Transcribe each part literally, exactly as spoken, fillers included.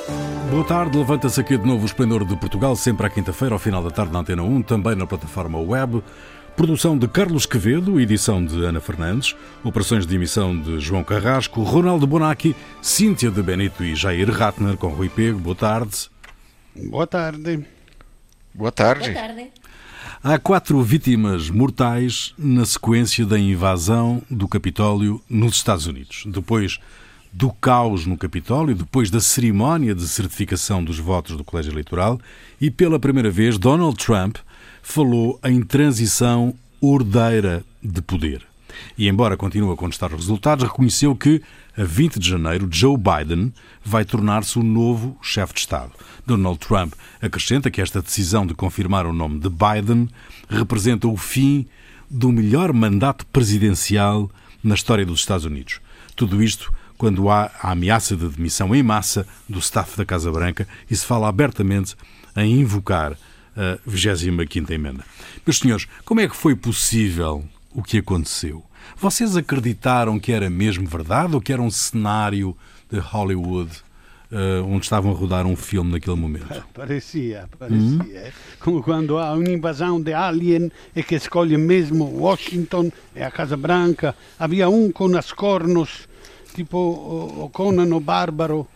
Boa tarde, levanta-se aqui de novo o Esplendor de Portugal, sempre à quinta-feira, ao final da tarde na Antena um, também na plataforma web. Produção de Carlos Quevedo, edição de Ana Fernandes, operações de emissão de João Carrasco, Ronaldo Bonacci, Cíntia de Benito e Jair Ratner, com Rui Pego. Boa tarde. Boa tarde. Boa tarde. Boa tarde. Há quatro vítimas mortais na sequência da invasão do Capitólio nos Estados Unidos. Depois do caos no Capitólio, depois da cerimónia de certificação dos votos do Colégio Eleitoral e, pela primeira vez, Donald Trump falou em transição ordeira de poder. E, embora continue a contestar os resultados, reconheceu que, a vinte de janeiro, Joe Biden vai tornar-se o novo chefe de Estado. Donald Trump acrescenta que esta decisão de confirmar o nome de Biden representa o fim do melhor mandato presidencial na história dos Estados Unidos. Tudo isto quando há a ameaça de demissão em massa do staff da Casa Branca e se fala abertamente em invocar a vigésima quinta emenda. Meus senhores, como é que foi possível o que aconteceu? Vocês acreditaram que era mesmo verdade ou que era um cenário de Hollywood uh, onde estavam a rodar um filme naquele momento? Parecia, parecia. Hum? Como quando há uma invasão de alien e que escolhe mesmo Washington e a Casa Branca. Havia um com as cornos, tipo o Conan o Bárbaro.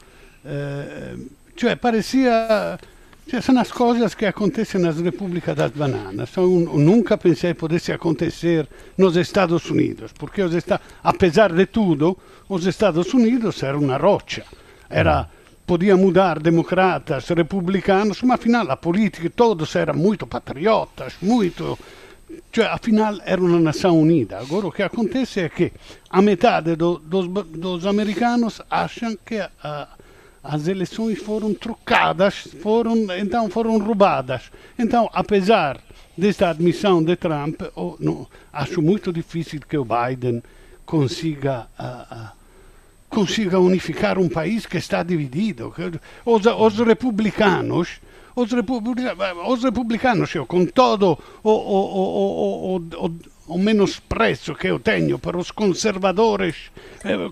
Uh, cioè, parecia... São as coisas que acontecem nas Repúblicas das Bananas. Eu nunca pensei que pudesse acontecer nos Estados Unidos, porque os Estados, apesar de tudo, os Estados Unidos eram uma rocha. Era, podia mudar democratas, republicanos, mas afinal a política, todos eram muito patriotas, muito... Cioè, afinal era uma nação unida. Agora o que acontece é que a metade do, dos, dos americanos acham que a as eleições foram trocadas, foram, então foram roubadas. Então, apesar desta admissão de Trump, oh, no, acho muito difícil que o Biden consiga, uh, uh, consiga unificar um país que está dividido. Os, os republicanos, os, republica, os republicanos, eu, com todo o, o, o, o, o, o menosprezo que eu tenho para os conservadores, eh,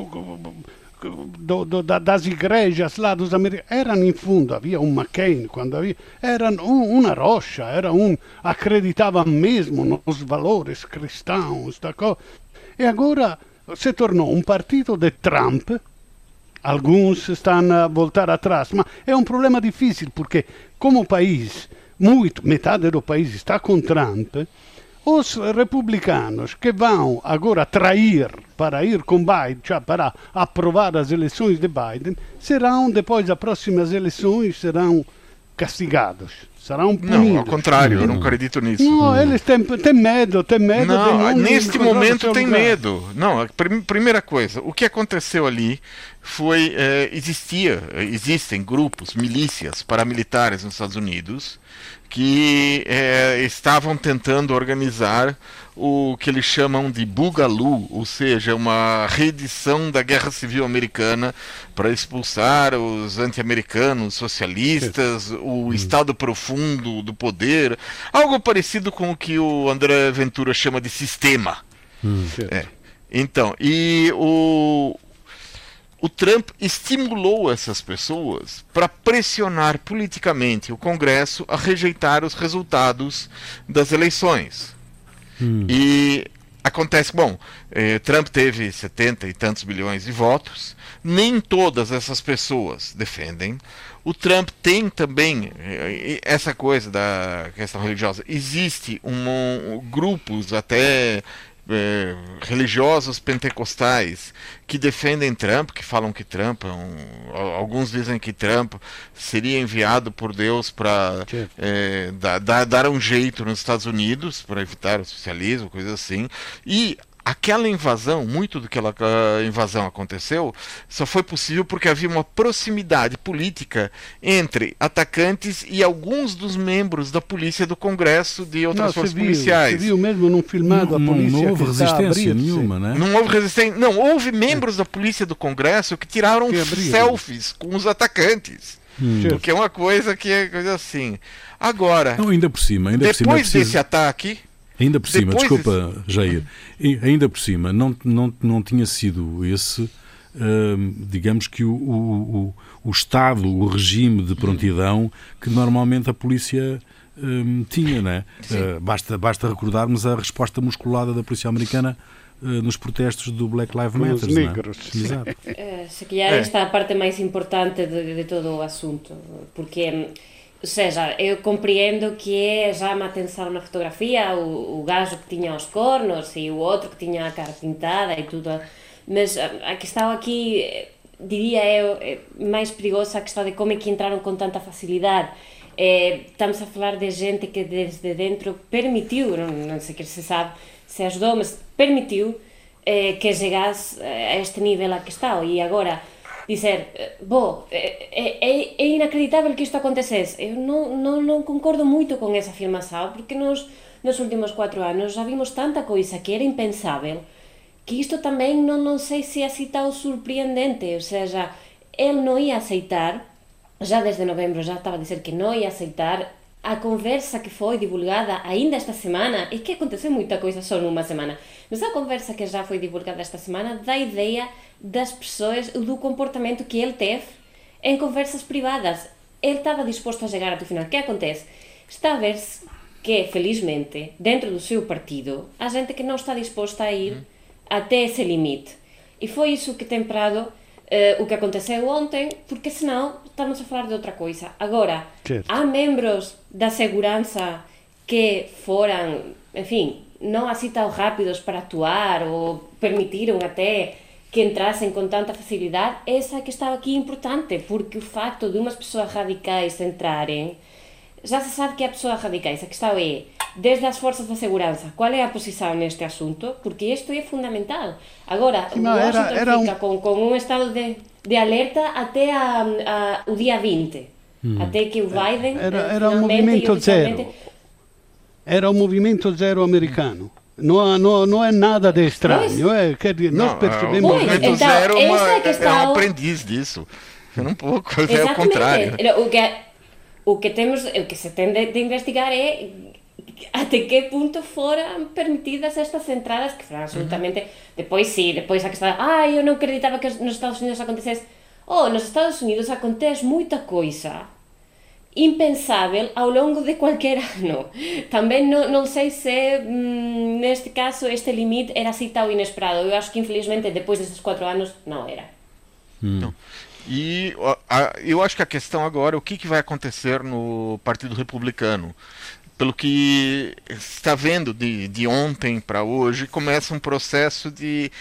Do, do, das igrejas lá dos americanos, eram em fundo, havia um McCain, quando havia, eram um, uma rocha, era um, acreditavam mesmo nos valores cristãos, da co... e agora se tornou um partido de Trump. Alguns estão a voltar atrás, mas é um problema difícil, porque como o país, muito, metade do país está com Trump, os republicanos que vão agora trair para ir com Biden, cioè para aprovar as eleições de Biden, serão, depois das próximas eleições, serão castigados, serão punidos. Não, ao contrário, eu não acredito nisso. Não, hum. eles têm, têm medo, têm medo não, de não... Neste momento tem medo. Não, a prim- primeira coisa, o que aconteceu ali foi, eh, existia, existem grupos, milícias paramilitares nos Estados Unidos, que é, estavam tentando organizar o que eles chamam de Boogaloo, ou seja, uma reedição da Guerra Civil Americana para expulsar os anti-americanos, socialistas, o hum. Estado profundo do poder, algo parecido com o que o André Ventura chama de sistema. Hum. É. Então, e o... O Trump estimulou essas pessoas para pressionar politicamente o Congresso a rejeitar os resultados das eleições. Hum. E acontece, bom, eh, Trump teve setenta e tantos bilhões de votos, nem todas essas pessoas defendem. O Trump tem também eh, essa coisa da questão religiosa. Existe um, um, grupos até... É, religiosos pentecostais que defendem Trump, que falam que Trump é um, alguns dizem que Trump seria enviado por Deus para é, dar, dar um jeito nos Estados Unidos para evitar o socialismo, coisa assim. E aquela invasão, muito do que aquela invasão aconteceu, só foi possível porque havia uma proximidade política entre atacantes e alguns dos membros da polícia do Congresso de outras não, forças viu, policiais. Você viu mesmo num filmado não, a polícia não houve que resistência nenhuma, né? Não houve resistência. Não, houve membros é. da polícia do Congresso que tiraram que selfies com os atacantes. Hum. Porque é uma coisa que é coisa assim. Agora, não, ainda por cima, ainda depois por cima, desse preciso... ataque... Ainda por cima, Depois desculpa, desse... Jair, ainda por cima, não, não, não tinha sido esse digamos que o, o, o Estado, o regime de prontidão que normalmente a polícia um, tinha, não é? Uh, basta, basta recordarmos a resposta musculada da polícia americana uh, nos protestos do Black Lives Matter. Os negros. Exato. Uh, se calhar esta é a parte mais importante de, de todo o assunto, porque, ou seja, eu compreendo que é já uma atenção na fotografia, o, o gajo que tinha os cornos e o outro que tinha a cara pintada e tudo, mas a questão aqui, diria eu, é mais perigosa a questão de como é que entraram com tanta facilidade. É, estamos a falar de gente que desde dentro permitiu, não, não sei que se sabe se ajudou, mas permitiu é, que chegasse a este nível a que está. E agora dizer, bom, é, é, é inacreditável que isto acontecesse. Eu não, não, não concordo muito com essa afirmação, porque nós nos últimos quatro anos já vimos tanta coisa que era impensável, que isto também não, não sei se é assim tão surpreendente. Ou seja, ele não ia aceitar, já desde novembro já estava a dizer que não ia aceitar a conversa que foi divulgada ainda esta semana, e que aconteceu muita coisa só numa semana, mas a conversa que já foi divulgada esta semana dá ideia das pessoas, do comportamento que ele teve em conversas privadas. Ele estava disposto a chegar até o final. O que acontece? Está a ver-se que, felizmente, dentro do seu partido, há gente que não está disposta a ir até esse limite. E foi isso que tem parado uh, o que aconteceu ontem, porque senão estamos a falar de outra coisa. Agora, certo. Há membros da segurança que foram, enfim, não assim tão rápidos para atuar, ou permitiram até que entrassem com tanta facilidade. Essa que estava aqui importante, porque o facto de umas pessoas radicais entrarem, já se sabe que há pessoas radicais. A questão é, desde as forças da segurança, qual é a posição neste assunto? Porque isto é fundamental. Agora, o Washington era, era fica um... com, com um estado de, de alerta até a, a, o dia vinte. Hum. Até que o Biden... Era, era um movimento zero. Era um movimento zero americano. Não, não, não é nada de estranho. É, quer dizer, nós percebemos... O movimento então, zero é, uma, é, é um aprendiz disso. É um pouco, é o contrário. O que, o que, temos, o que se tem de, de investigar é até que ponto foram permitidas estas entradas, que foram absolutamente... Uhum. Depois sim, depois a questão... Ah, eu não acreditava que nos Estados Unidos acontecesse... Oh, nos Estados Unidos acontece muita coisa impensável ao longo de qualquer ano. Também não, não sei se, hum, neste caso, este limite era assim tão inesperado. Eu acho que, infelizmente, depois desses quatro anos, não era. Hum. Não. E a, eu acho que a questão agora é o que, que vai acontecer no Partido Republicano. Pelo que está vendo de, de ontem para hoje, começa um processo de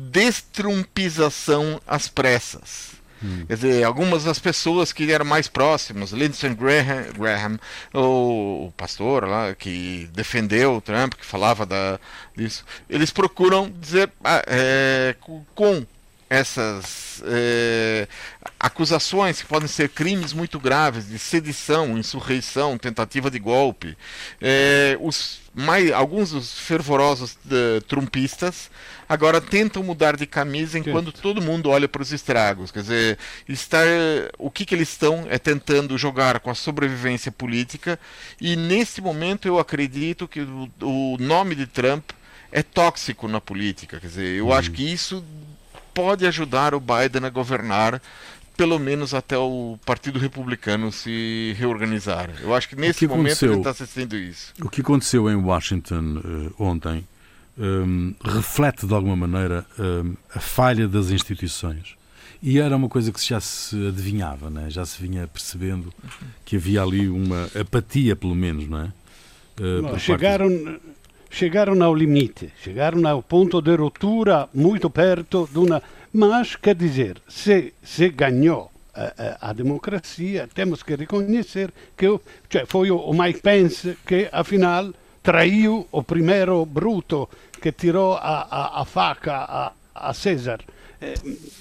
destrumpização às pressas. Hum. Quer dizer, algumas das pessoas que eram mais próximas, Lindsey Graham, Graham o, o pastor lá que defendeu o Trump, que falava da, disso, eles procuram dizer ah, é, com essas é, acusações que podem ser crimes muito graves de sedição, insurreição, tentativa de golpe. É, os mais, alguns dos fervorosos de, trumpistas agora tentam mudar de camisa enquanto todo mundo olha para os estragos. Quer dizer, estar, o que, que eles estão é tentando jogar com a sobrevivência política, e nesse momento eu acredito que o, o nome de Trump é tóxico na política. Quer dizer, eu hum. acho que isso pode ajudar o Biden a governar, pelo menos até o Partido Republicano se reorganizar. Eu acho que nesse que momento ele está assistindo isso. O que aconteceu em Washington uh, ontem um, reflete de alguma maneira um, a falha das instituições. E era uma coisa que já se adivinhava, né? Já se vinha percebendo que havia ali uma apatia, pelo menos, não é? Uh, não, chegaram... De... Chegaram ao limite, chegaram ao ponto de ruptura muito perto de uma... Mas, quer dizer, se, se ganhou a, a, a democracia, temos que reconhecer que cioè, foi o, o Mike Pence que, afinal, traiu o primeiro bruto que tirou a, a, a faca a, a César. Eh,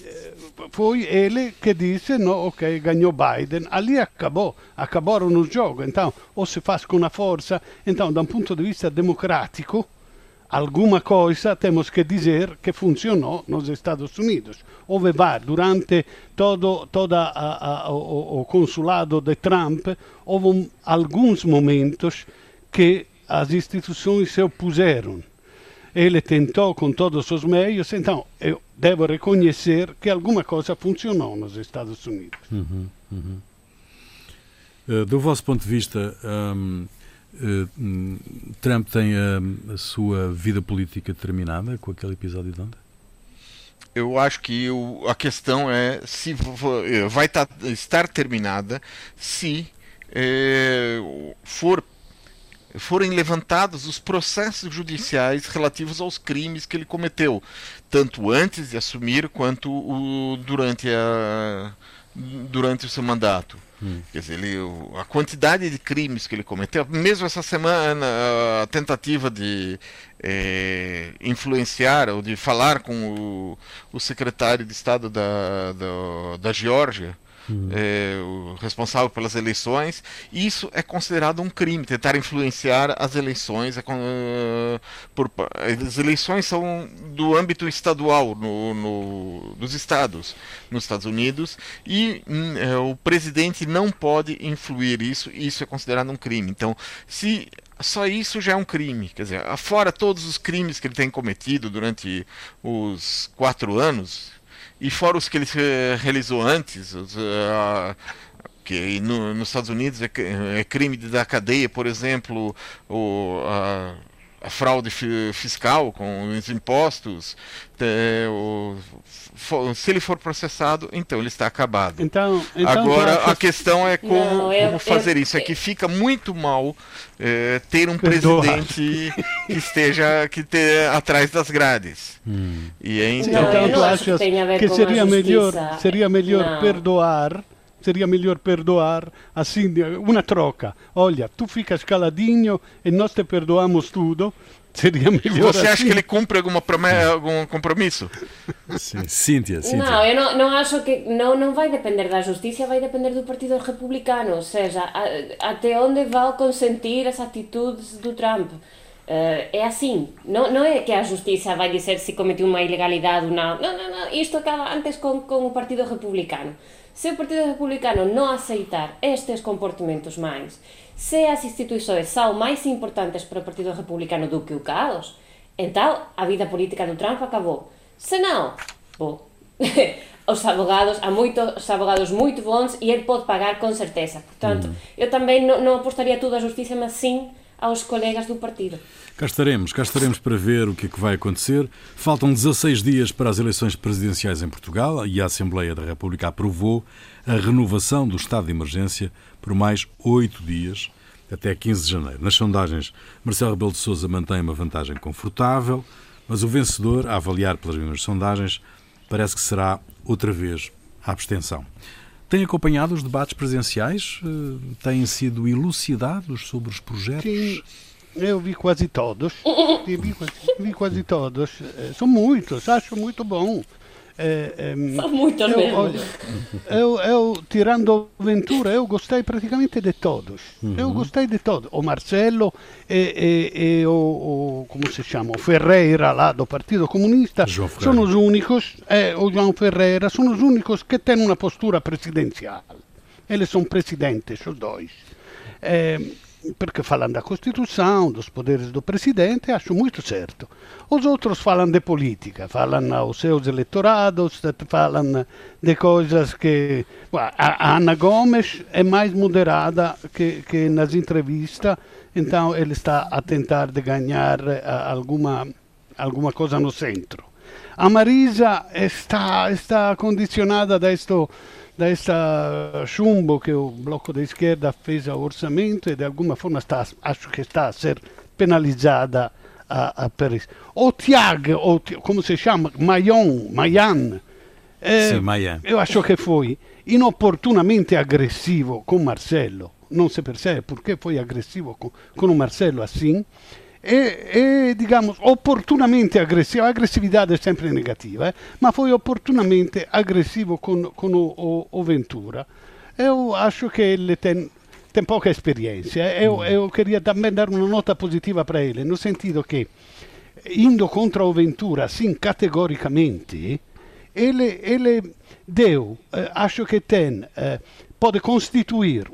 foi ele que disse, no, ok, ganhou Biden, ali acabou, acabaram o jogo, então, ou se faz com a força, então, da um ponto de vista democrático, alguma coisa temos que dizer que funcionou nos Estados Unidos. Houve var, durante todo, todo a, a, o, o consulado de Trump, houve um, alguns momentos que as instituições se opuseram. ele tentou com todos os meios, então eu devo reconhecer que alguma coisa funcionou nos Estados Unidos. Uhum, uhum. Uh, do vosso ponto de vista, um, uh, Trump tem a, a sua vida política terminada com aquele episódio de ontem? Eu acho que o, a questão é se vai tá, estar terminada se é, for, forem levantados os processos judiciais relativos aos crimes que ele cometeu, tanto antes de assumir quanto o, durante, a, durante o seu mandato. Hum. Quer dizer, ele, a quantidade de crimes que ele cometeu, mesmo essa semana, a tentativa de é, influenciar ou de falar com o, o secretário de Estado da, da, da Geórgia, hum. é, o responsável pelas eleições, isso é considerado um crime, tentar influenciar as eleições. É, uh, por, as eleições são do âmbito estadual no, no, nos estados, nos Estados Unidos, e hum, é, o presidente não pode influir isso, isso é considerado um crime. Então, se só isso já é um crime, quer dizer, fora todos os crimes que ele tem cometido durante os quatro anos, e fora os que ele realizou antes, os, uh, que no, nos Estados Unidos é, é crime de dar cadeia, por exemplo, o, a, a fraude fiscal com os impostos, é, o, for, se ele for processado, então ele está acabado. Então, então Agora, a questão é como, Não, eu, como fazer eu, isso. É que fica muito mal é, ter um Perdoar. presidente que esteja que te, atrás das grades. Hum. E aí, Sim, então, então eu tu não acho achas que tenha a ver que com seria a melhor, justiça. seria melhor Não. perdoar, seria melhor perdoar, assim, uma troca. Olha, tu ficas caladinho e nós te perdoamos tudo. Seria melhor você assim. acha que ele cumpre alguma promessa, algum compromisso? Sim. Cíntia, Cíntia. Não, eu não, não acho que não, não vai depender da justiça, vai depender do Partido Republicano, ou seja, a, até onde vai consentir as atitudes do Trump. Uh, é assim, não, não é que a justiça vai dizer se cometeu uma ilegalidade ou não. Não, não, não, isto acaba antes com, com o Partido Republicano. Se o Partido Republicano não aceitar estes comportamentos mais, se as instituições são mais importantes para o Partido Republicano do que o caos, então a vida política do Trump acabou. Se não, bom, os advogados, há muitos advogados muito bons e ele pode pagar com certeza. Portanto, hum. eu também não, não apostaria tudo à justiça, mas sim aos colegas do partido. Cá estaremos, cá estaremos para ver o que é que vai acontecer. Faltam dezasseis dias para as eleições presidenciais em Portugal e a Assembleia da República aprovou a renovação do estado de emergência por mais oito dias, até quinze de janeiro. Nas sondagens, Marcelo Rebelo de Sousa mantém uma vantagem confortável, mas o vencedor, a avaliar pelas mesmas sondagens, parece que será outra vez a abstenção. Tem acompanhado os debates presidenciais? Têm sido elucidados sobre os projetos? Sim, eu vi quase todos. Vi quase, vi quase todos. São muitos, acho muito bom. É, é, São muitos eu, mesmo. Olha, eu, eu, tirando Ventura, eu gostei praticamente de todos. Uhum. Eu gostei de todos. O Marcelo e, e, e o, o, como se chama? O Ferreira, lá do Partido Comunista, sono os únicos, eh, o João Ferreira, sono os únicos que têm uma postura presidencial. Eles são presidentes, os dois. Eh, porque falam da Constituição, dos poderes do presidente, acho muito certo. Os outros falam de política, falam aos seus eleitorados, falam de coisas que... A Ana Gomes é mais moderada que, que nas entrevistas, então ele está a tentar de ganhar alguma, alguma coisa no centro. A Marisa está, está condicionada da esto, da esta chumbo que o Bloco da Esquerda fez ao orçamento e de alguma forma está, acho que está a ser penalizada a, a per isso. O Tiag, o, como se chama? Mayon, Mayan, eh, Sim, Mayan. Eu acho que foi inopportunamente agressivo com Marcelo. Não se percebe porque foi agressivo com, com o Marcelo assim. E, e, digamos, opportunamente aggressivo, a aggressività è sempre negativa, eh? Ma foi opportunamente aggressivo con, con o, o, o Ventura. Eu acho que ele tem, tem pouca experiência. Eu, eu queria também dar uma nota positiva para ele, no sentido que, indo contra o Ventura, assim, categoricamente, ele, ele deu, eh, acho che tem, eh, pode costituir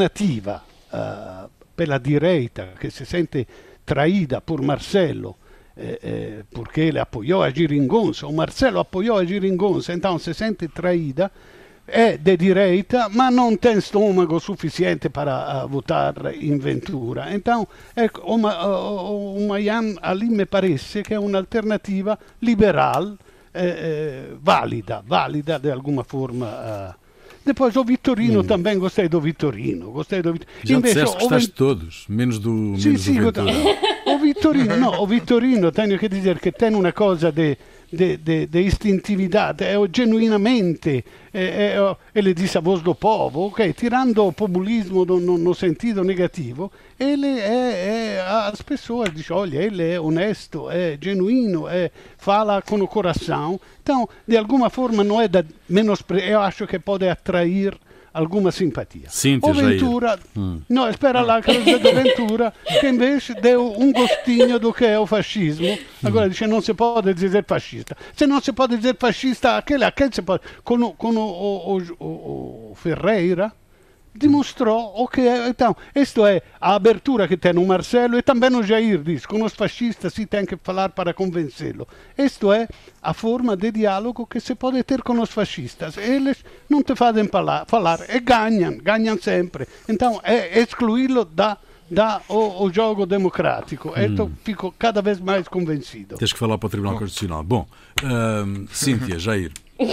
un'alternativa eh, per la direita che si sente traída por Marcelo eh, eh, porque ele apoiou a Geringonça, o Marcelo apoiou a Geringonça, então se sente traída, é de direita, mas não tem estômago suficiente para uh, votar em Ventura. Então, ecco, o, o, o Mayan ali me parece che è un'alternativa liberal, eh, eh, válida, válida de alguma forma. Uh. Depois o Vitorino hum. também gostei do Vitorino. Gostei do Vitorino. Já Invece, disseste que gostaste de todos, menos do, sim, menos sim, do Ventura. O Vitorino, no, o Vitorino, tenho que dizer che tem una cosa de de, de, de istintividade, é genuinamente, é, é, ele diz a voz do povo, ok, tirando o populismo no, no, no sentido negativo, ele é, é, as pessoas dizem, olha, ele é honesto, é genuíno, é, fala com o coração, então, de alguma forma, não é da menosprezar, eu acho que pode atrair alguma simpatia. Cíntia, o Ventura, hum. no, espera lá que do Ventura, che invece deu um gostinho do que é o fascismo. Agora hum. dice não se pode dizer fascista. Se não se pode dizer fascista, aquele, aquele se pode. Com, o, com o, o, o, o Ferreira dimostrou o que é. Então, isto é a abertura que tem o Marcelo e também o Jair diz, com os fascistas se tem que falar para convencê-lo. Isto é a forma de diálogo que se pode ter com os fascistas. Eles não te fazem falar, falar e ganham, ganham sempre. Então, é excluí-lo da, da o, o jogo democrático. Hum. Então, fico cada vez mais convencido. Tens que falar para o Tribunal Constitucional. Bom, uh, Cíntia, Jair.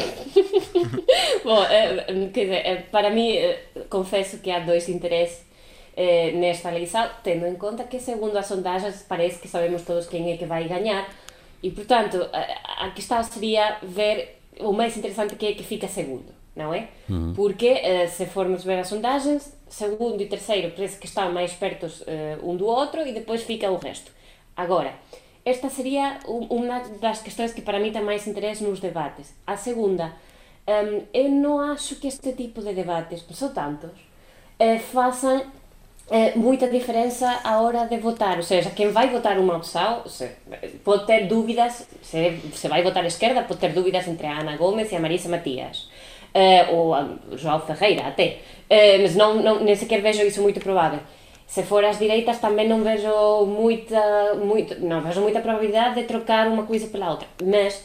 Bom, quer dizer, para mim, confesso que há dois interesses eh, nesta eleição, tendo em conta que, segundo as sondagens, parece que sabemos todos quem é que vai ganhar e, portanto, a, a questão seria ver o mais interessante que é que fica segundo, não é? Uhum. Porque, eh, se formos ver as sondagens, segundo e terceiro parece que estão mais perto eh, um do outro e depois fica o resto. Agora, esta seria uma das questões que para mim tem mais interesse nos debates. A segunda, um, eu não acho que este tipo de debates, não são tantos, eh, façam eh, muita diferença à hora de votar. Ou seja, quem vai votar uma opção se, pode ter dúvidas, se, se vai votar à esquerda, pode ter dúvidas entre a Ana Gomes e a Marisa Matias. Eh, ou a João Ferreira, até. Eh, mas não, não, nem sequer vejo isso muito provável. Se for às direitas também não vejo muita, muito, não vejo muita probabilidade de trocar uma coisa pela outra. Mas,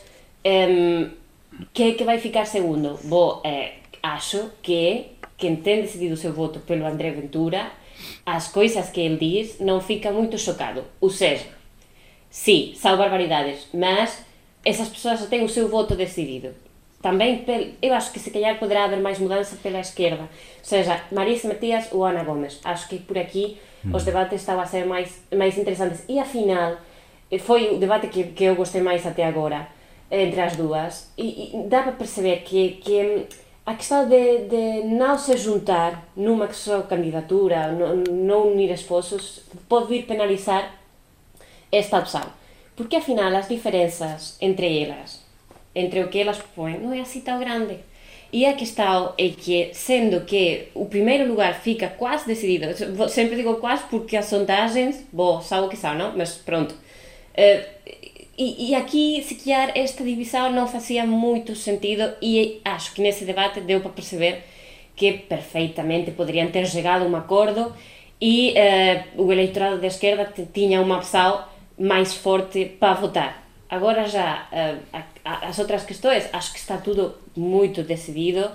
um, que é que vai ficar segundo? Bom, é, acho que quem tem decidido o seu voto pelo André Ventura, as coisas que ele diz não fica muito chocado. Ou seja, sim, são barbaridades, mas essas pessoas já têm o seu voto decidido. Também, eu acho que se calhar poderá haver mais mudança pela esquerda, ou seja, Marisa Matias ou Ana Gomes. Acho que por aqui hum. os debates estavam a ser mais, mais interessantes. E afinal, foi o debate que, que eu gostei mais até agora, entre as duas. E, e dá para perceber que, que a questão de, de não se juntar numa só candidatura, não, não unir esforços, pode vir penalizar esta opção. Porque afinal as diferenças entre elas, entre o que elas propõem, não é assim tão grande. E a questão é que, sendo que o primeiro lugar fica quase decidido, sempre digo quase porque as sondagens, bom, são o que são, não? Mas pronto. Uh, e, e aqui, se calhar, esta divisão não fazia muito sentido e acho que nesse debate deu para perceber que perfeitamente poderiam ter chegado a um acordo e uh, o eleitorado da esquerda tinha uma opção mais forte para votar. Agora já, uh, a, a, as outras questões, acho que está tudo muito decidido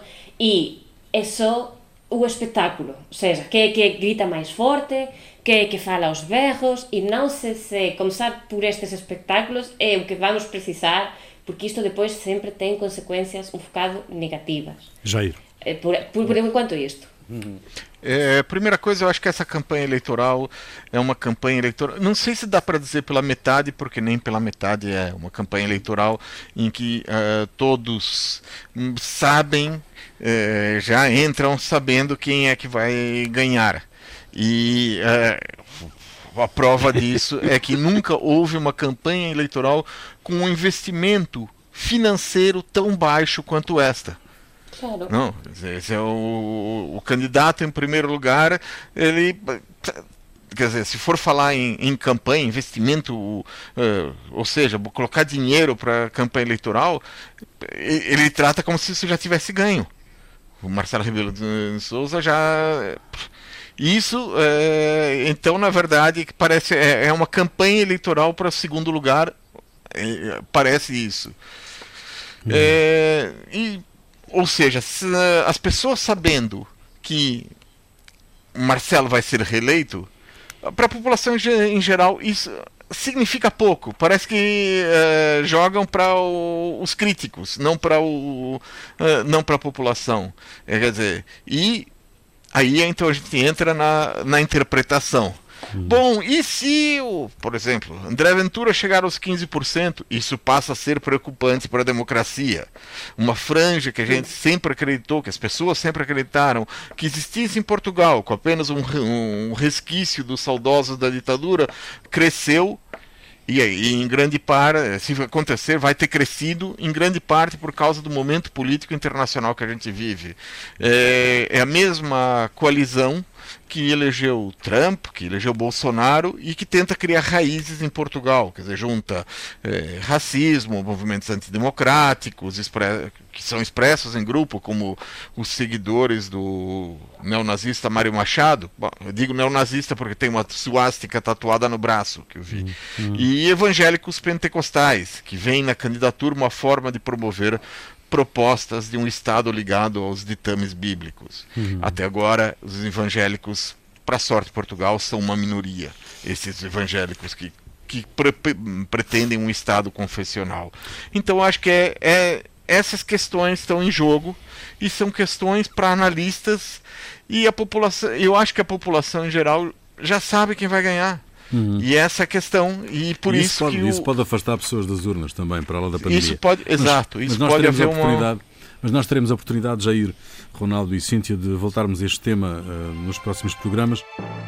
e é só o espetáculo, ou seja, quem é que grita mais forte, quem é que fala aos berros e não se, se começar por estes espetáculos é o que vamos precisar, porque isto depois sempre tem consequências um bocado negativas. Jair. É por, por, por enquanto isto. Uhum. É, primeira coisa, eu acho que essa campanha eleitoral é uma campanha eleitoral, não sei se dá para dizer pela metade, porque nem pela metade é uma campanha eleitoral em que uh, todos sabem, uh, já entram sabendo quem é que vai ganhar. E uh, a prova disso é que nunca houve uma campanha eleitoral com um investimento financeiro tão baixo quanto esta. Claro. Não, esse é o, o candidato em primeiro lugar, ele, quer dizer, se for falar em, em campanha, investimento, uh, ou seja, colocar dinheiro para campanha eleitoral, ele trata como se isso já tivesse ganho. O Marcelo Rebelo de Sousa já... Isso, é, então, na verdade, parece é, é uma campanha eleitoral para segundo lugar, é, parece isso. Hum. É, e, ou seja, se, as pessoas sabendo que Marcelo vai ser reeleito, para a população em geral isso significa pouco. Parece que uh, jogam para os críticos, não para o uh, não para a população. É, quer dizer, e aí então a gente entra na, na interpretação. Hum. Bom, e se, o, por exemplo, André Ventura chegar aos quinze por cento, isso passa a ser preocupante para a democracia. Uma franja que a gente sempre acreditou, que as pessoas sempre acreditaram, que existisse em Portugal, com apenas um, um resquício dos saudosos da ditadura, cresceu. E aí, em grande parte, se acontecer, vai ter crescido em grande parte por causa do momento político internacional que a gente vive. É, é a mesma coalizão que elegeu Trump, que elegeu Bolsonaro e que tenta criar raízes em Portugal, quer dizer, junta é, racismo, movimentos antidemocráticos, que são expressos em grupo, como os seguidores do neonazista Mário Machado. Bom, eu digo neonazista porque tem uma suástica tatuada no braço, que eu vi. Uhum. E evangélicos pentecostais, que veem na candidatura uma forma de promover propostas de um Estado ligado aos ditames bíblicos. Uhum. Até agora, os evangélicos, para sorte de Portugal, são uma minoria. Esses evangélicos que, que pre pretendem um Estado confessional. Então, acho que é, é, essas questões estão em jogo e são questões para analistas e a população. Eu acho que a população, em geral, já sabe quem vai ganhar. Uhum. E essa é a questão, e por isso, isso pode, que o... isso pode afastar pessoas das urnas também, para lá da pandemia. Isso pode, exato, mas, isso mas pode haver uma... Mas nós teremos a oportunidade, Jair, Ronaldo e Cíntia, de voltarmos a este tema uh, nos próximos programas.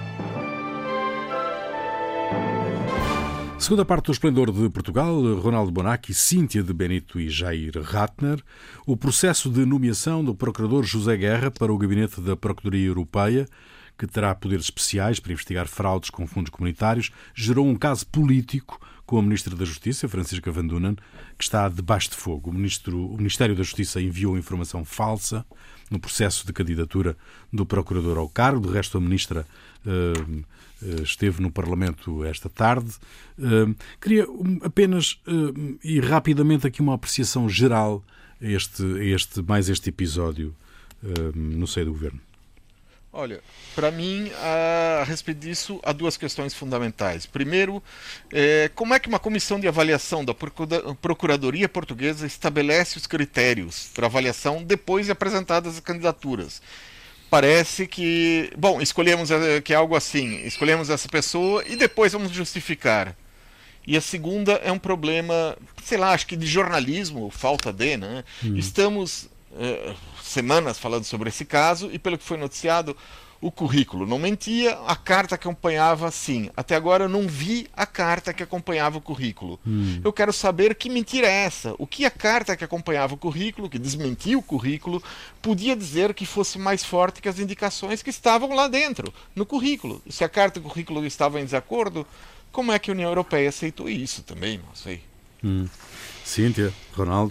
Segunda parte do Esplendor de Portugal, Ronaldo Bonacci, Cíntia de Benito e Jair Ratner. O processo de nomeação do Procurador José Guerra para o gabinete da Procuradoria Europeia, que terá poderes especiais para investigar fraudes com fundos comunitários, gerou um caso político com a Ministra da Justiça, Francisca Van Dunen, que está debaixo de fogo. O, ministro, o Ministério da Justiça enviou informação falsa no processo de candidatura do Procurador ao cargo. De resto, a Ministra uh, uh, esteve no Parlamento esta tarde. Uh, queria apenas uh, e rapidamente aqui uma apreciação geral a este, a este, mais este episódio uh, no seio do Governo. Olha, para mim, a, a respeito disso, há duas questões fundamentais. Primeiro, é, como é que uma comissão de avaliação da Procuradoria Portuguesa estabelece os critérios para avaliação depois de apresentadas as candidaturas? Parece que, bom, escolhemos que é algo assim, escolhemos essa pessoa e depois vamos justificar. E a segunda é um problema, sei lá, acho que de jornalismo, falta de, né? Hum. Estamos... Uh, semanas falando sobre esse caso e, pelo que foi noticiado, o currículo não mentia, a carta acompanhava sim. Até agora eu não vi a carta que acompanhava o currículo. Hum. Eu quero saber que mentira é essa. O que a carta que acompanhava o currículo, que desmentia o currículo, podia dizer que fosse mais forte que as indicações que estavam lá dentro, no currículo. E se a carta e o currículo estavam em desacordo, como é que a União Europeia aceitou isso também? Não sei. Hum. Cíntia, Ronaldo.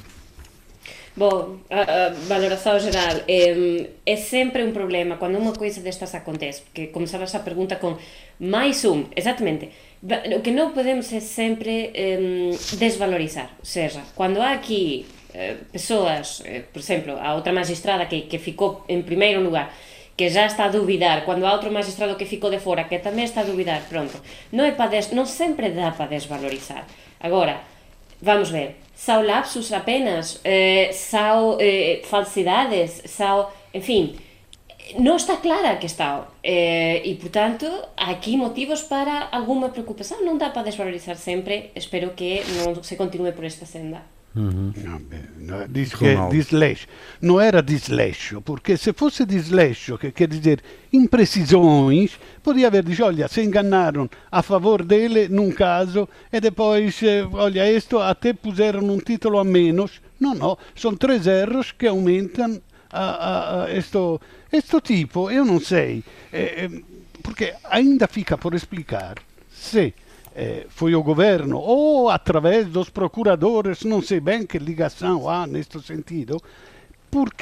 Bom, a, a valoração geral é, é sempre um problema quando uma coisa destas acontece, porque começavas a pergunta com mais um, exatamente. O que não podemos é sempre é, desvalorizar, ou seja, quando há aqui é, pessoas, é, por exemplo, a outra magistrada que, que ficou em primeiro lugar, que já está a duvidar, quando há outro magistrado que ficou de fora, que também está a duvidar, pronto, não, é para des, não sempre dá para desvalorizar. Agora, vamos ver, são lapsos apenas, eh, são eh, falsidades, são, enfim, não está clara a questão eh, e, portanto, há aqui motivos para alguma preocupação. Não dá para desvalorizar sempre, espero que não se continue por esta senda. Uhum. No, no, diz che disleixo. Não era disleixo, porque se fosse disleixo, que quer dizer imprecisões, podia haver dicho, olha, se enganaram a favor dele num caso e depois, olha, isto até puseram um título a menos. Não, não, são três erros que aumentam a, a, a este, este tipo. Eu não sei, eh, porque ainda fica por explicar se Eh, foi o governo ou através dos procuradores, não sei bem que ligação há neste sentido, porque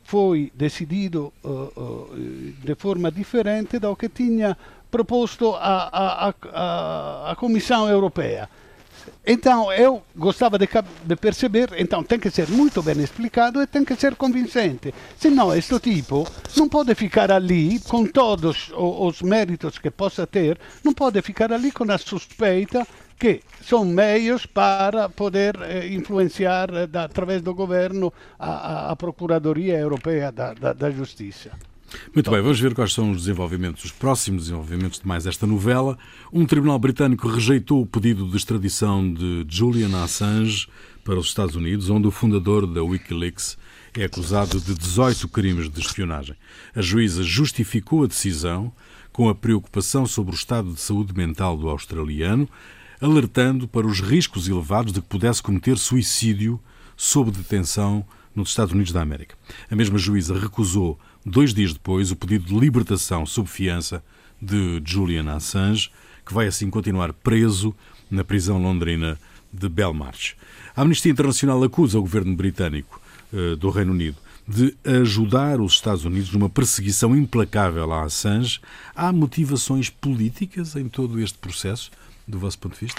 foi decidido uh, uh, de forma diferente do que tinha proposto a, a, a, a Comissão Europeia. Então, eu gostava de, de perceber, então tem que ser muito bem explicado e tem que ser convincente. Senão, este tipo não pode ficar ali com todos os méritos que possa ter, não pode ficar ali com a suspeita que são meios para poder eh, influenciar eh, da, através do governo a, a Procuradoria Europeia da, da, da Justiça. Muito bem, vamos ver quais são os desenvolvimentos, os próximos desenvolvimentos de mais esta novela. Um tribunal britânico rejeitou o pedido de extradição de Julian Assange para os Estados Unidos, onde o fundador da Wikileaks é acusado de dezoito crimes de espionagem. A juíza justificou a decisão com a preocupação sobre o estado de saúde mental do australiano, alertando para os riscos elevados de que pudesse cometer suicídio sob detenção nos Estados Unidos da América. A mesma juíza recusou, dois dias depois, o pedido de libertação sob fiança de Julian Assange, que vai assim continuar preso na prisão londrina de Belmarsh. A Amnistia Internacional acusa o governo britânico uh, do Reino Unido de ajudar os Estados Unidos numa perseguição implacável a Assange. Há motivações políticas em todo este processo, do vosso ponto de vista?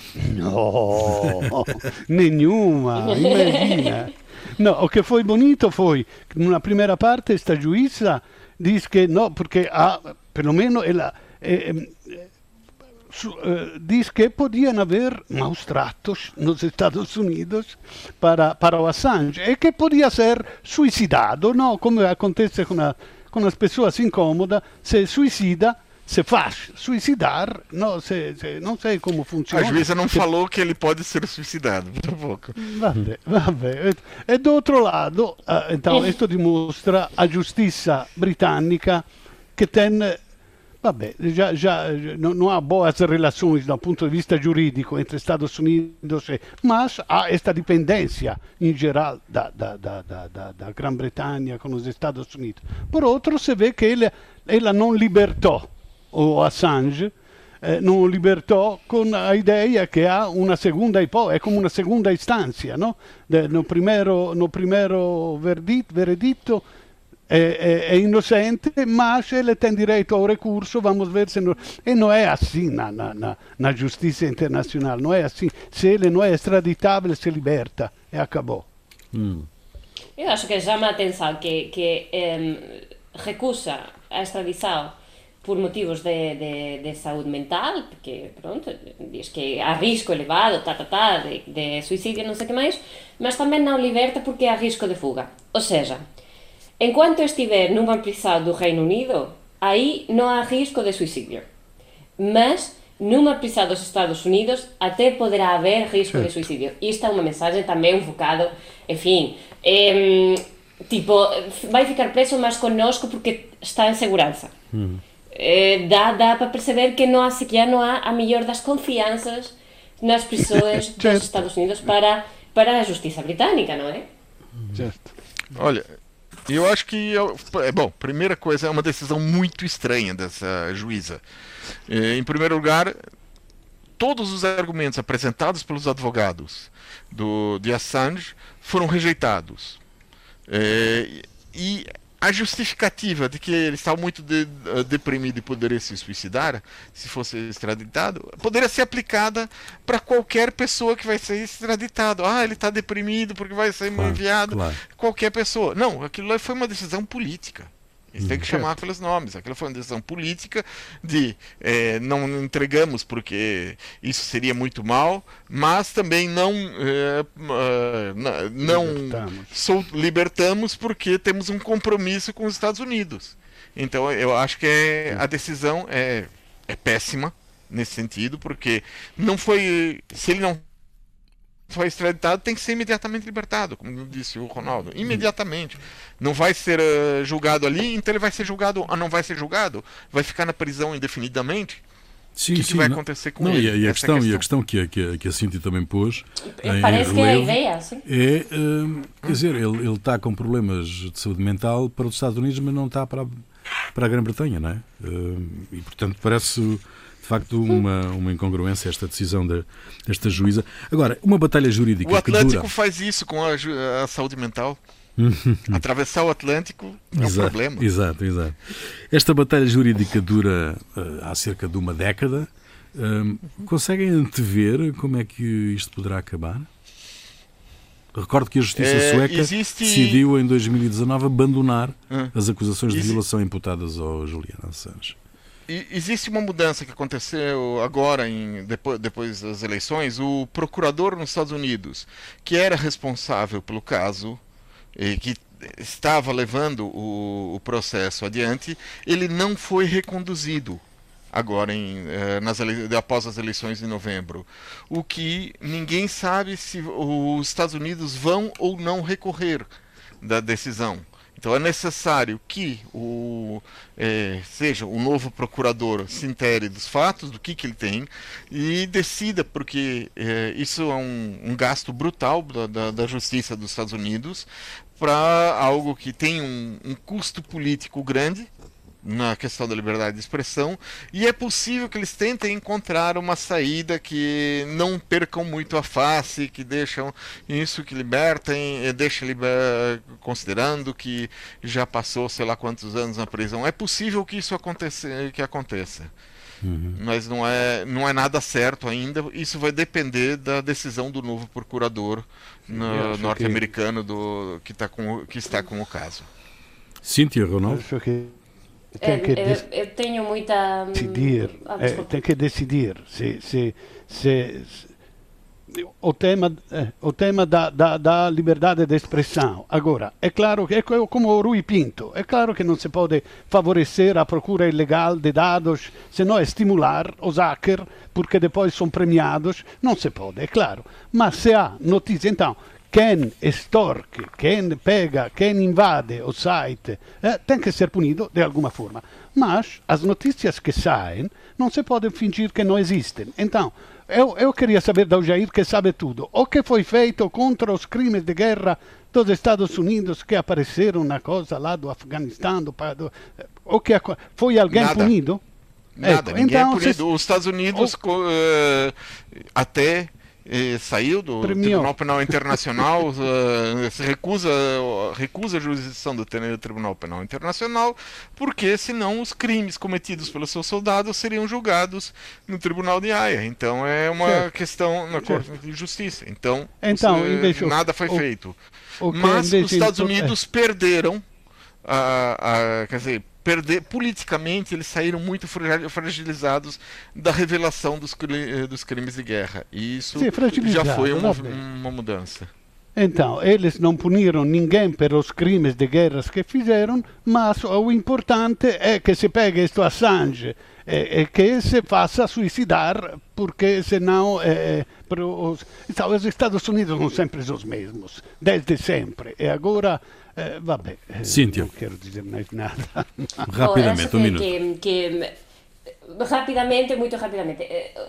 No, nenhuma, imagina. No, o que foi bonito foi que numa primeira parte esta juíza diz que não, porque há, pelo menos ela eh, eh, su, eh, diz que podiam haver maus tratos nos Estados Unidos para, para o Assange e que podia ser suicidado, não? Como acontece com, a, com as pessoas incômodas, se suicida. Se faz suicidar, não sei, não sei como funciona. A juíza não se... falou que ele pode ser suicidado, muito pouco. Vabbè, vabbè. E do outro lado, então, isto dimostra a justiça britânica que tem, vabbè, já, já não, não há boas relações do ponto de vista jurídico entre Estados Unidos e, mas há esta dependência em geral da, da, da, da, da, da Grã-Bretanha com os Estados Unidos. Por outro, se vê que ele, ela não libertou o Assange, eh, non libertò con a ideia che ha una seconda ipotesi, è come una seconda istanza, no? De, no primero, no primero verdito, veredetto è, è, è innocente, ma se ele tem direito ao recurso, vamos ver se não... E não é assim na, na, na, na justiça internacional, não é assim. Se ele não é extraditável, se liberta e acabou. Hum. Eu acho que chama a atenção que, que eh, recusa a extradição por motivos de, de, de saúde mental, porque, pronto, diz que há risco elevado, tá, tá, tá, de, de suicídio, não sei o que mais, mas também não liberta porque há risco de fuga. Ou seja, enquanto estiver numa prisão do Reino Unido, aí não há risco de suicídio. Mas, numa prisão dos Estados Unidos, até poderá haver risco de suicídio. Isto é uma mensagem também um bocado, enfim, é, tipo, vai ficar preso mais conosco porque está em segurança. Hum. Eh, dá, dá para perceber que não há sequer não há a melhor das confianças nas prisões dos Estados Unidos para, para a justiça britânica, não é? Certo. Olha, eu acho que é bom, primeira coisa, é uma decisão muito estranha dessa juíza. Eh, em primeiro lugar, todos os argumentos apresentados pelos advogados do, de Assange foram rejeitados. Eh, e a justificativa de que ele estava muito de, uh, deprimido e poderia se suicidar se fosse extraditado, poderia ser aplicada para qualquer pessoa que vai ser extraditado. Ah, ele está deprimido porque vai ser claro, enviado. Claro. Qualquer pessoa. Não, aquilo foi uma decisão política. Isso hum. tem que chamar pelos nomes. Aquilo foi uma decisão política de eh, não entregamos porque isso seria muito mal, mas também não eh, uh, não libertamos. Sol, libertamos porque temos um compromisso com os Estados Unidos. Então eu acho que é, a decisão é, é péssima nesse sentido, porque não foi, se ele não foi extraditado, tem que ser imediatamente libertado, como disse o Ronaldo, imediatamente. Não vai ser uh, julgado ali, então ele vai ser julgado, ah, não vai ser julgado, vai ficar na prisão indefinidamente. Sim, o que, sim, que vai não, acontecer com não, ele? E a, e a questão, questão. E a questão que a, que a, que a Cíntia também pôs em parece relevo, que é a ideia, sim. É, uh, quer dizer, ele, ele está com problemas de saúde mental para os Estados Unidos, mas não está para a, para a Grã-Bretanha, não é? Uh, e portanto parece de facto uma, uma incongruência esta decisão da, desta juíza. Agora, uma batalha jurídica o Atlético que dura... faz isso com a, a saúde mental. Atravessar o Atlântico é um problema. Exato, exato. Esta batalha jurídica dura uh, há cerca de uma década. Uh, conseguem antever como é que isto poderá acabar? Recordo que a Justiça é, Sueca existe... decidiu em dois mil e dezanove abandonar hum. as acusações de Exi... violação imputadas ao Julian Assange. E, existe uma mudança que aconteceu agora, em, depois, depois das eleições. O procurador nos Estados Unidos, que era responsável pelo caso, e que estava levando o, o processo adiante, ele não foi reconduzido agora em, nas ele... após as eleições de novembro, o que ninguém sabe se os Estados Unidos vão ou não recorrer da decisão. Então é necessário que o, é, seja o novo procurador se intere dos fatos, do que, que ele tem, e decida, porque é, isso é um, um gasto brutal da, da, da justiça dos Estados Unidos para algo que tem um, um custo político grande na questão da liberdade de expressão, e é possível que eles tentem encontrar uma saída que não percam muito a face, que deixam isso, que libertem, deixa liber... considerando que já passou sei lá quantos anos na prisão. É possível que isso aconteça, que aconteça. Uhum. Mas não é, não é nada certo ainda. Isso vai depender da decisão do novo procurador no, norte-americano que... do, que, tá com, que está com o caso. Cíntia, Ronaldo? Tem que eu, eu tenho muita... Decidir, ah, é, tem que decidir se, se, se, se o tema, é, o tema da, da, da liberdade de expressão. Agora, é claro que é como o Rui Pinto, é claro que não se pode favorecer a procura ilegal de dados, senão é estimular os hackers, porque depois são premiados, não se pode, é claro. Mas se há notícia, então... Quem extorque, quem pega, quem invade o site, eh, tem que ser punido de alguma forma. Mas as notícias que saem não se pode fingir que não existem. Então, eu, eu queria saber do Jair, que sabe tudo, o que foi feito contra os crimes de guerra dos Estados Unidos que apareceram na coisa lá do Afeganistão, do, do, o que foi alguém Nada. punido? Nada, ecco, ninguém então, é punido. se... Os Estados Unidos o... uh, até... E saiu do Premiou. Tribunal Penal Internacional, uh, se recusa, uh, recusa a jurisdição do Tribunal Penal Internacional, porque senão os crimes cometidos pelos seus soldados seriam julgados no Tribunal de Haia. Então é uma certo. questão na Corte certo. de Justiça. Então, então uh, nada foi o, feito. O Mas os Estados Unidos é. perderam, a, a, quer dizer, Perder, politicamente eles saíram muito fragilizados da revelação dos, dos crimes de guerra, e isso Sim, já foi uma, uma mudança. Então, eles não puniram ninguém pelos crimes de guerra que fizeram, mas o importante é que se pegue este Assange e, e que se faça suicidar, porque senão é, os, então, os Estados Unidos são sempre os mesmos, desde sempre, e agora Eh, vabbè, eh, Cíntia. non quero dire mais nada. Rapidamente, oh, um minuto. Que, que, rapidamente, muito rapidamente.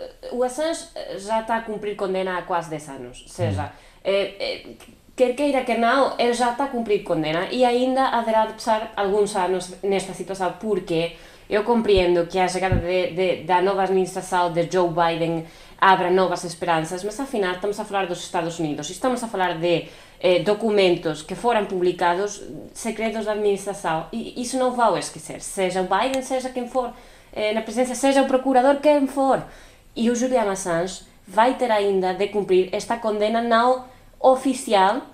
O Assange já está a cumprir condena há quase dez anos. Ou seja, hum. eh, eh, quer queira que não, ele já está a cumprir condena e ainda haverá de passar alguns anos nesta situação, porque eu compreendo que a chegada de, de, da nova administração de Joe Biden abra novas esperanças, mas afinal estamos a falar dos Estados Unidos e estamos a falar de eh, documentos que foram publicados, segredos da administração, e isso não vai esquecer, seja o Biden, seja quem for eh, na presidência, seja o procurador, quem for. E o Julian Assange vai ter ainda de cumprir esta condena não oficial,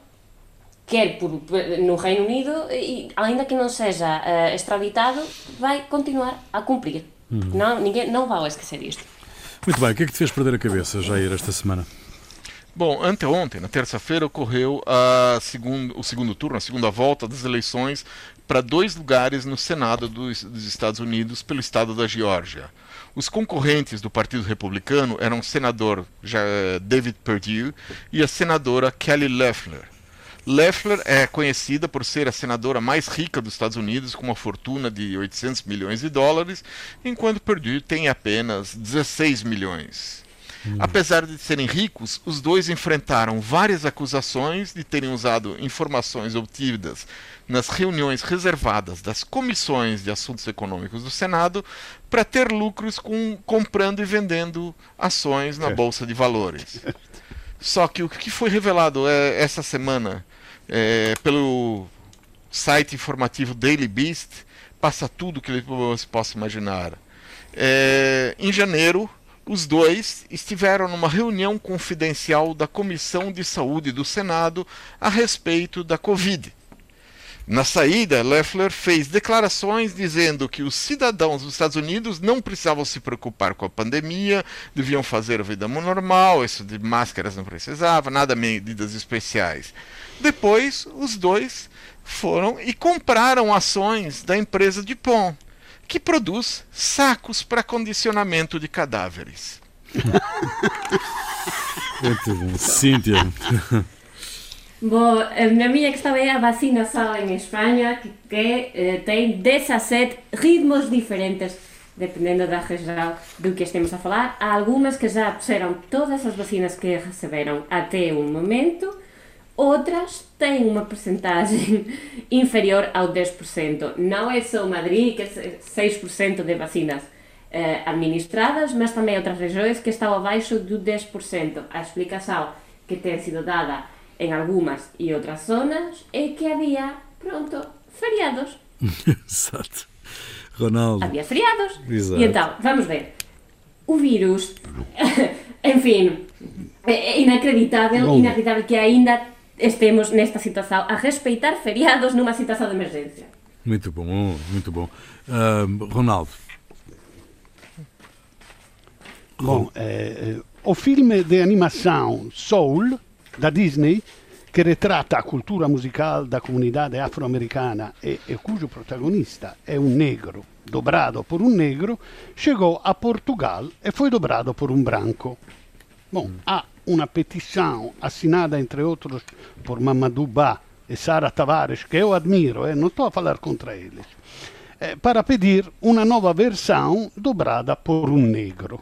quer por, no Reino Unido, e ainda que não seja uh, extraditado, vai continuar a cumprir. Uhum. Não, ninguém, não vai esquecer isto. Muito bem, o que é que te fez perder a cabeça, Jair, esta semana? Bom, anteontem, na terça-feira, ocorreu a segundo, o segundo turno, a segunda volta das eleições para dois lugares no Senado dos, dos Estados Unidos pelo estado da Geórgia. Os concorrentes do Partido Republicano eram o senador David Perdue e a senadora Kelly Loeffler. Loeffler é conhecida por ser a senadora mais rica dos Estados Unidos, com uma fortuna de oitocentos milhões de dólares, enquanto Perdue tem apenas dezesseis milhões. Hum. Apesar de serem ricos, os dois enfrentaram várias acusações de terem usado informações obtidas nas reuniões reservadas das comissões de assuntos econômicos do Senado para ter lucros com, comprando e vendendo ações na Bolsa de Valores. Só que o que foi revelado é, essa semana é, pelo site informativo Daily Beast passa tudo que você possa imaginar. É, em janeiro, os dois estiveram numa reunião confidencial da Comissão de Saúde do Senado a respeito da Covid. Na saída, Loeffler fez declarações dizendo que os cidadãos dos Estados Unidos não precisavam se preocupar com a pandemia, deviam fazer a vida normal, isso de máscaras não precisava, nada medidas especiais. Depois, os dois foram e compraram ações da empresa DuPont, que produz sacos para condicionamento de cadáveres. Muito bom. Cíntia. Bom, a minha questão é a vacinação em Espanha, que, que eh, tem dezessete ritmos diferentes, dependendo da região do que estemos a falar. Há algumas que já puseram todas as vacinas que receberam até o momento, outras têm uma percentagem inferior ao dez por cento. Não é só Madrid, que é seis por cento de vacinas eh, administradas, mas também outras regiões que estão abaixo do dez por cento. A explicação que tem sido dada em algumas e outras zonas é que havia, pronto, feriados. Exato. Ronaldo. Havia feriados. Exato. E então, vamos ver. O vírus, enfim, é inacreditável, Bom. inacreditável que ainda estemos nesta situação a respeitar feriados numa situação de emergência. Muito bom, muito bom. Uh, Ronaldo. Bom, eh, o filme de animação Soul, da Disney, que retrata a cultura musical da comunidade afro-americana e, e cujo protagonista é um negro dobrado por um negro, chegou a Portugal e foi dobrado por um branco. Bom, há uma petição assinada, entre outros, por Mamadou Ba e Sara Tavares, que eu admiro, eh, não estou a falar contra eles, eh, para pedir uma nova versão dobrada por um negro.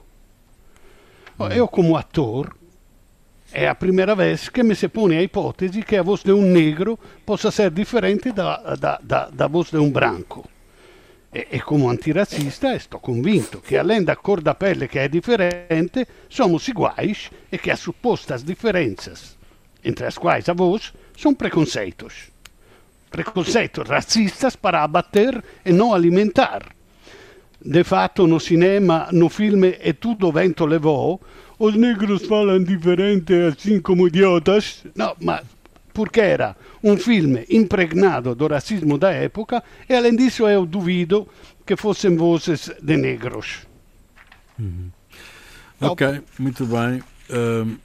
Eu, como ator, é a primeira vez que me se põe a hipótese que a voz de um negro possa ser diferente da, da, da, da voz de um branco. E, e como antiracista estou convinto que, além da cor da pele que é diferente, somos iguais e que as supostas diferenças, entre as quais a voz, são preconceitos. Preconceitos racistas para abater e não alimentar. De fato, no cinema, no filme E Tudo Vento Levou, os negros falam diferente assim como idiotas. Não, mas porque era um filme impregnado do racismo da época e, além disso, eu duvido que fossem vozes de negros. Uhum. Ok, muito bem. Uh,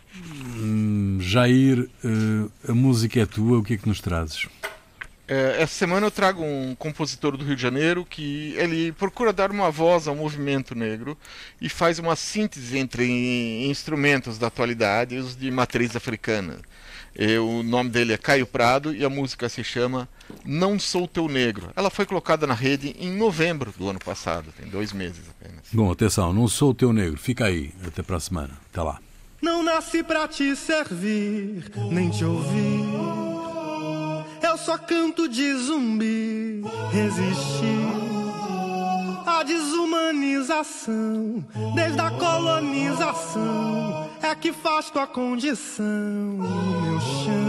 Jair, uh, a música é tua, o que é que nos trazes? Essa semana eu trago um compositor do Rio de Janeiro que ele procura dar uma voz ao movimento negro e faz uma síntese entre instrumentos da atualidade e os de matriz africana. E o nome dele é Caio Prado e a música se chama Não Sou Teu Negro. Ela foi colocada na rede em novembro do ano passado, tem dois meses apenas. Bom, atenção, Não Sou Teu Negro. Fica aí, até para a semana. Até lá. Não nasci pra te servir, nem te ouvir. Eu só canto de zumbi, resistir à desumanização, desde a colonização, é que faz tua condição no meu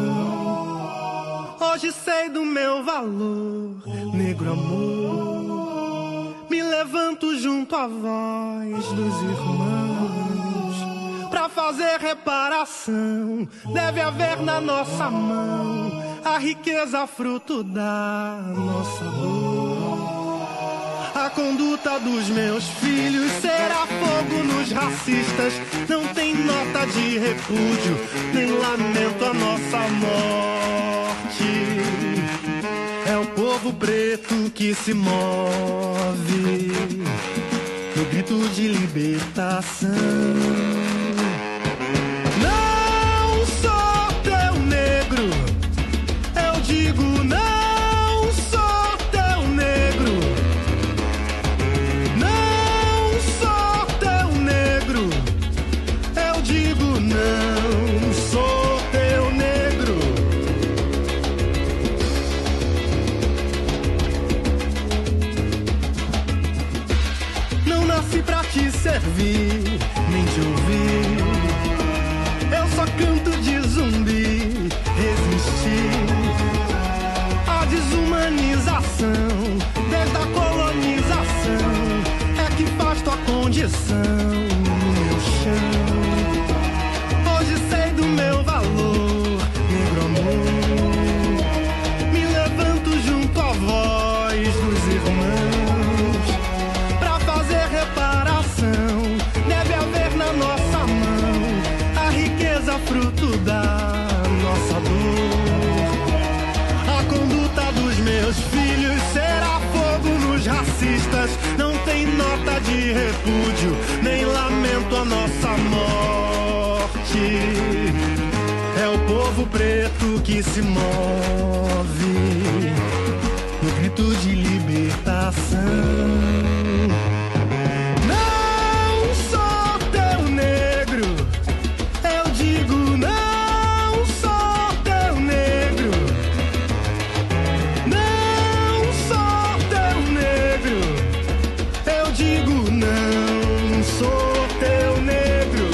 chão. Hoje sei do meu valor, negro amor, me levanto junto à voz dos irmãos, pra fazer reparação, deve haver na nossa mão a riqueza fruto da nossa dor. A conduta dos meus filhos será fogo nos racistas. Não tem nota de repúdio, nem lamento a nossa morte. É o povo preto que se move no grito de libertação. Digo, não sou teu negro, não sou teu negro. Eu digo, não sou teu negro. Não nasci pra te servir, nem te ouvir. Eu só canto tradição no meu chão. Hoje sei do meu valor, negro amor. Me levanto junto à voz dos irmãos pra fazer reparação. Deve haver na nossa mão a riqueza fruto da nossa dor. A conduta dos meus filhos será fogo nos racistas. Não tem nota de repúdio, nem lamento a nossa morte. É o povo preto que se move no grito de libertação. Não sou teu negro, eu digo não sou teu negro. Não sou teu negro, eu digo não sou teu negro.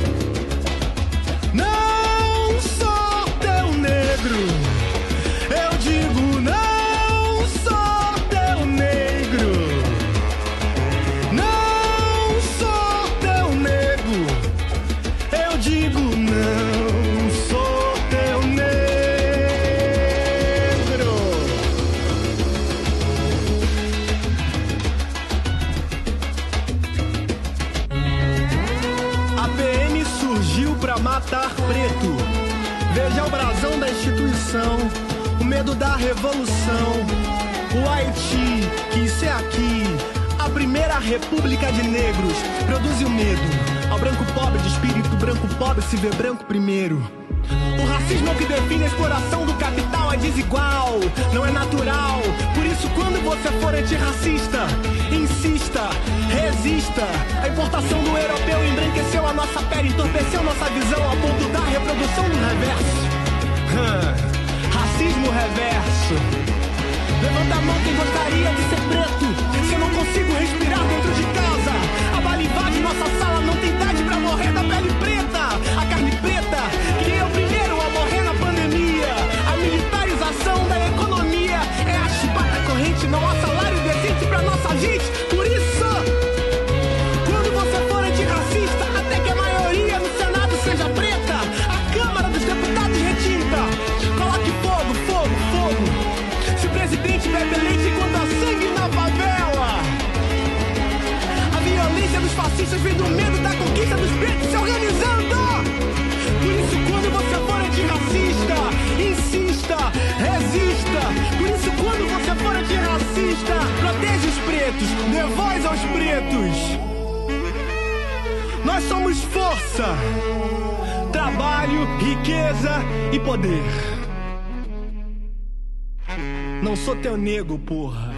Não sou teu negro, eu digo não sou teu negro. Não sou teu negro, eu digo não sou teu negro. A P M surgiu pra matar preto. Veja o brasão da instituição, o medo da revolução. O Haiti quis ser aqui, a primeira república de negros. Produz o medo ao branco pobre de espírito, branco pobre se vê branco primeiro. O racismo é o que define a exploração do capital, é desigual, não é natural. Por isso quando você for antirracista, insista, resista. A importação do europeu embranqueceu a nossa pele, entorpeceu nossa visão a ponto da reprodução do reverso. Hum, racismo reverso. Levanta a mão quem gostaria de ser preto. Se eu não consigo respirar dentro de casa, a bala invade nossa sala, não tem idade pra morrer da pele preta. A carne preta, que é o primeiro a morrer na pandemia. A militarização da economia é a chibata corrente, não há salário decente pra nossa gente. Por isso, quando você for antirracista, até que a maioria no Senado seja preta, a Câmara dos Deputados retinta. Coloque fogo, fogo, fogo. Se o presidente bebe leite enquanto há sangue na favela. A violência dos fascistas vem do medo da conquista dos pretos se organizando. Por isso quando você for antirracista, insista, resista. Por isso quando você for antirracista, proteja os pretos, dê voz aos pretos. Nós somos força, trabalho, riqueza e poder. Não sou teu nego, porra.